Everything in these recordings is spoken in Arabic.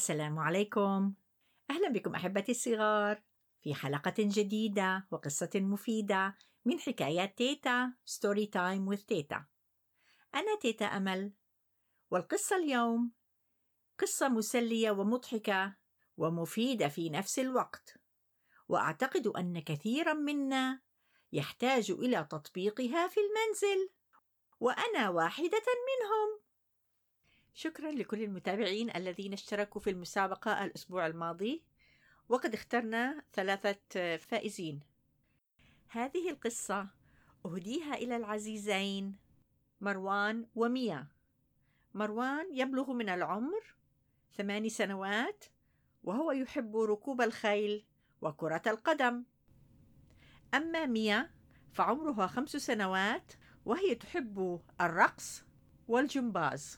السلام عليكم. أهلا بكم أحبتي الصغار في حلقة جديدة وقصة مفيدة من حكايات تيتا ستوري تايم with تيتا. أنا تيتا أمل، والقصة اليوم قصة مسلية ومضحكة ومفيدة في نفس الوقت، وأعتقد أن كثيرا منا يحتاج إلى تطبيقها في المنزل، وأنا واحدة منهم. شكرا لكل المتابعين الذين اشتركوا في المسابقة الأسبوع الماضي، وقد اخترنا 3 فائزين. هذه القصة أهديها إلى العزيزين مروان وميا. مروان يبلغ من العمر 8 سنوات، وهو يحب ركوب الخيل وكرة القدم. أما ميا فعمرها 5 سنوات، وهي تحب الرقص والجمباز.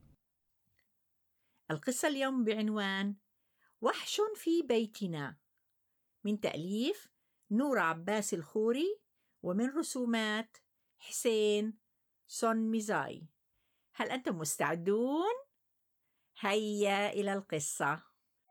القصة اليوم بعنوان وحش في بيتنا، من تأليف نور عباس الخوري، ومن رسومات حسين سون ميزاي. هل أنتم مستعدون؟ هيا إلى القصة.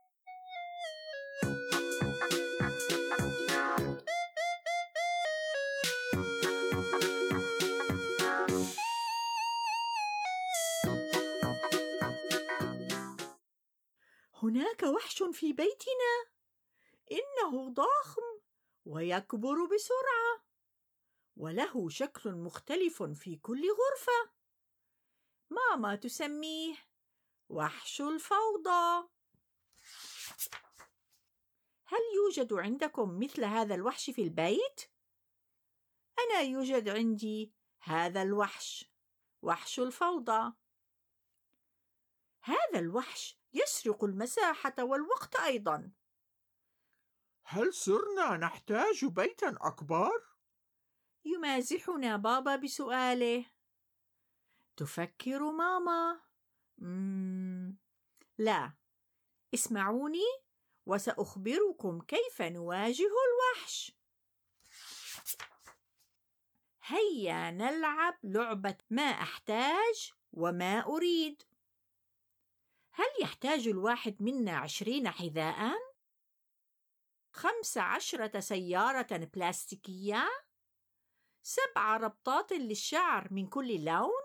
هناك وحش في بيتنا، إنه ضخم ويكبر بسرعة، وله شكل مختلف في كل غرفة. ماما تسميه وحش الفوضى. هل يوجد عندكم مثل هذا الوحش في البيت؟ أنا يوجد عندي هذا الوحش، وحش الفوضى. هذا الوحش يسرق المساحة والوقت أيضاً. هل صرنا نحتاج بيتاً أكبر؟ يمازحنا بابا بسؤاله. تفكر ماما. لا، اسمعوني وسأخبركم كيف نواجه الوحش. هيا نلعب لعبة ما أحتاج وما أريد. هل يحتاج الواحد منا 20 حذاء؟ 15 سيارة بلاستيكية؟ 7 ربطات للشعر من كل لون؟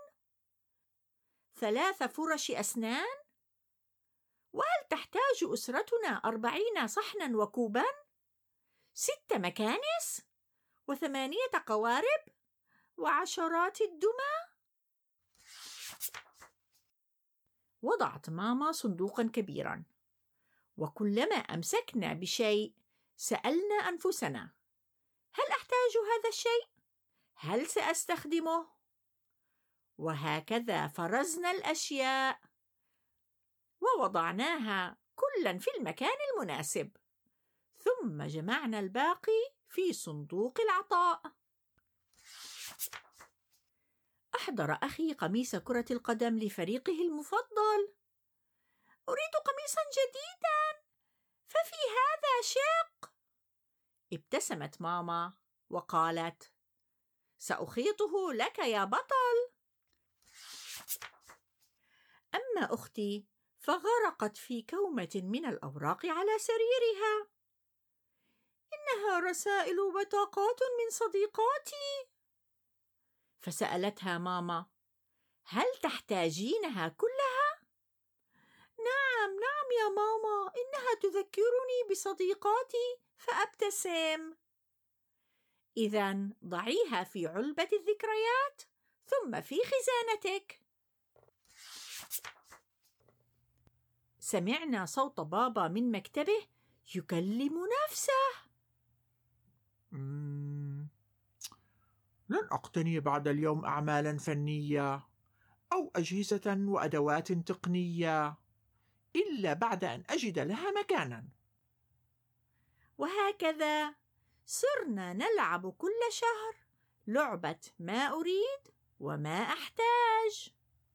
3 فرش أسنان؟ وهل تحتاج أسرتنا 40 صحناً وكوباً؟ 6 مكانس؟ و8 قوارب؟ وعشرات الدمى؟ وضعت ماما صندوقاً كبيراً، وكلما أمسكنا بشيء سألنا أنفسنا: هل أحتاج هذا الشيء؟ هل سأستخدمه؟ وهكذا فرزنا الأشياء ووضعناها كلاً في المكان المناسب، ثم جمعنا الباقي في صندوق العطاء. أحضر أخي قميص كرة القدم لفريقه المفضل. أريد قميصاً جديداً، ففي هذا شق. ابتسمت ماما وقالت: سأخيطه لك يا بطل. أما أختي فغرقت في كومة من الأوراق على سريرها. إنها رسائل وبطاقات من صديقاتي. فسألتها ماما: هل تحتاجينها كلها؟ نعم يا ماما، إنها تذكرني بصديقاتي. فأبتسم. إذن ضعيها في علبة الذكريات، ثم في خزانتك. سمعنا صوت بابا من مكتبه يكلم نفسه. لن أقتني بعد اليوم أعمالاً فنية أو أجهزة وأدوات تقنية إلا بعد أن أجد لها مكاناً. وهكذا صرنا نلعب كل شهر لعبة ما أريد وما أحتاج.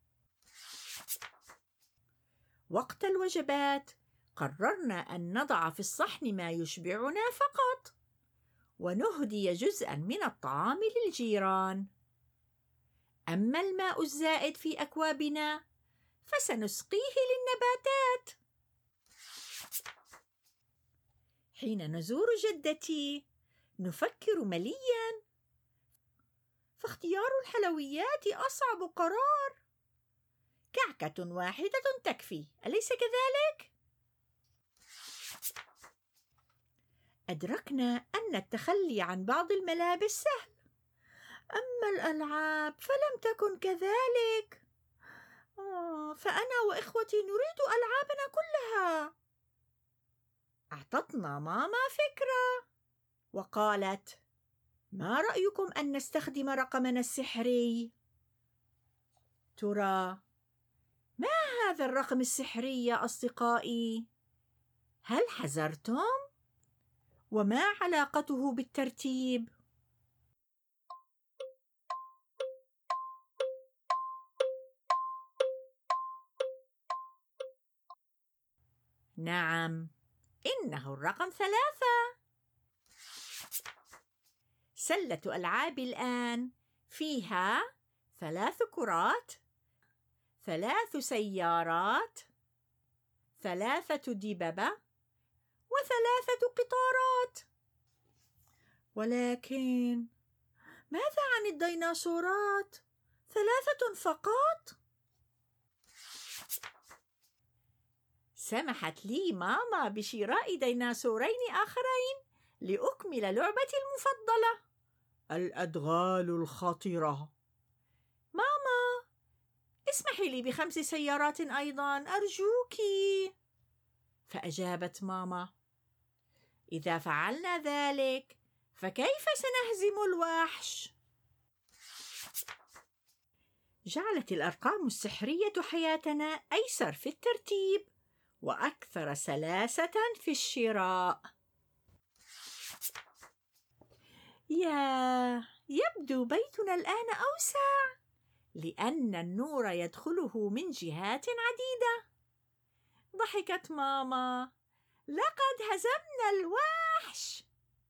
وقت الوجبات قررنا أن نضع في الصحن ما يشبعنا فقط، ونهدي جزءاً من الطعام للجيران. أما الماء الزائد في أكوابنا فسنسقيه للنباتات. حين نزور جدتي نفكر ملياً، فاختيار الحلويات أصعب قرار. كعكة واحدة تكفي، أليس كذلك؟ أدركنا أن التخلي عن بعض الملابس سهل، أما الألعاب فلم تكن كذلك. فأنا وإخوتي نريد ألعابنا كلها. أعطتنا ماما فكرة وقالت: ما رأيكم أن نستخدم رقمنا السحري؟ ترى ما هذا الرقم السحري يا أصدقائي؟ هل حذرتم؟ وما علاقته بالترتيب؟ نعم، إنه الرقم 3. سلة ألعاب الآن فيها 3 كرات، 3 سيارات، 3 دببة، و3 قطارات. ولكن ماذا عن الديناصورات؟ 3 فقط؟ سمحت لي ماما بشراء ديناصورين آخرين لأكمل لعبتي المفضلة، الأدغال الخطرة. ماما، اسمحي لي ب5 سيارات أيضاً أرجوكِ. فأجابت ماما: إذا فعلنا ذلك فكيف سنهزم الوحش؟ جعلت الأرقام السحرية حياتنا أيسر في الترتيب وأكثر سلاسة في الشراء. يبدو بيتنا الآن أوسع لأن النور يدخله من جهات عديدة. ضحكت ماما: لقد هزمنا الوحش.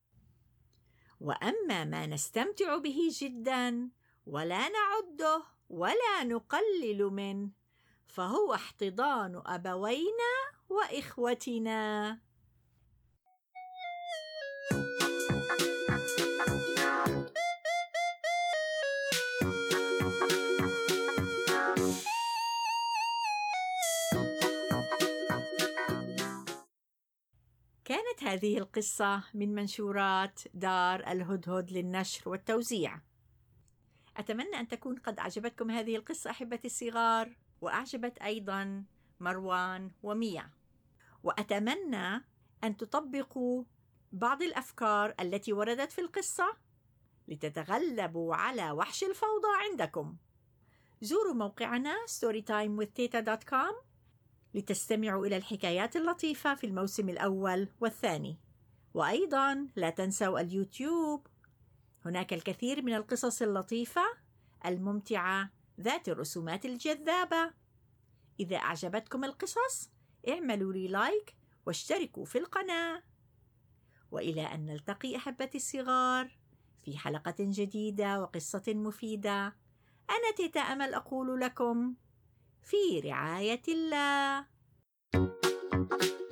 وأما ما نستمتع به جدا ولا نعده ولا نقلل منه فهو احتضان أبوينا وإخوتنا. كانت هذه القصة من منشورات دار الهدهد للنشر والتوزيع. أتمنى أن تكون قد أعجبتكم هذه القصة أحبتي الصغار، وأعجبت أيضا مروان وميا. وأتمنى أن تطبقوا بعض الأفكار التي وردت في القصة لتتغلبوا على وحش الفوضى عندكم. زوروا موقعنا storytimewithteta.com لتستمعوا إلى الحكايات اللطيفة في الموسم الأول والثاني. وأيضا لا تنسوا اليوتيوب، هناك الكثير من القصص اللطيفة الممتعة ذات الرسومات الجذابة. إذا أعجبتكم القصص اعملوا لي لايك واشتركوا في القناة. وإلى أن نلتقي أحبتي الصغار في حلقة جديدة وقصة مفيدة، أنا تيتا أمل أقول لكم في رعاية الله.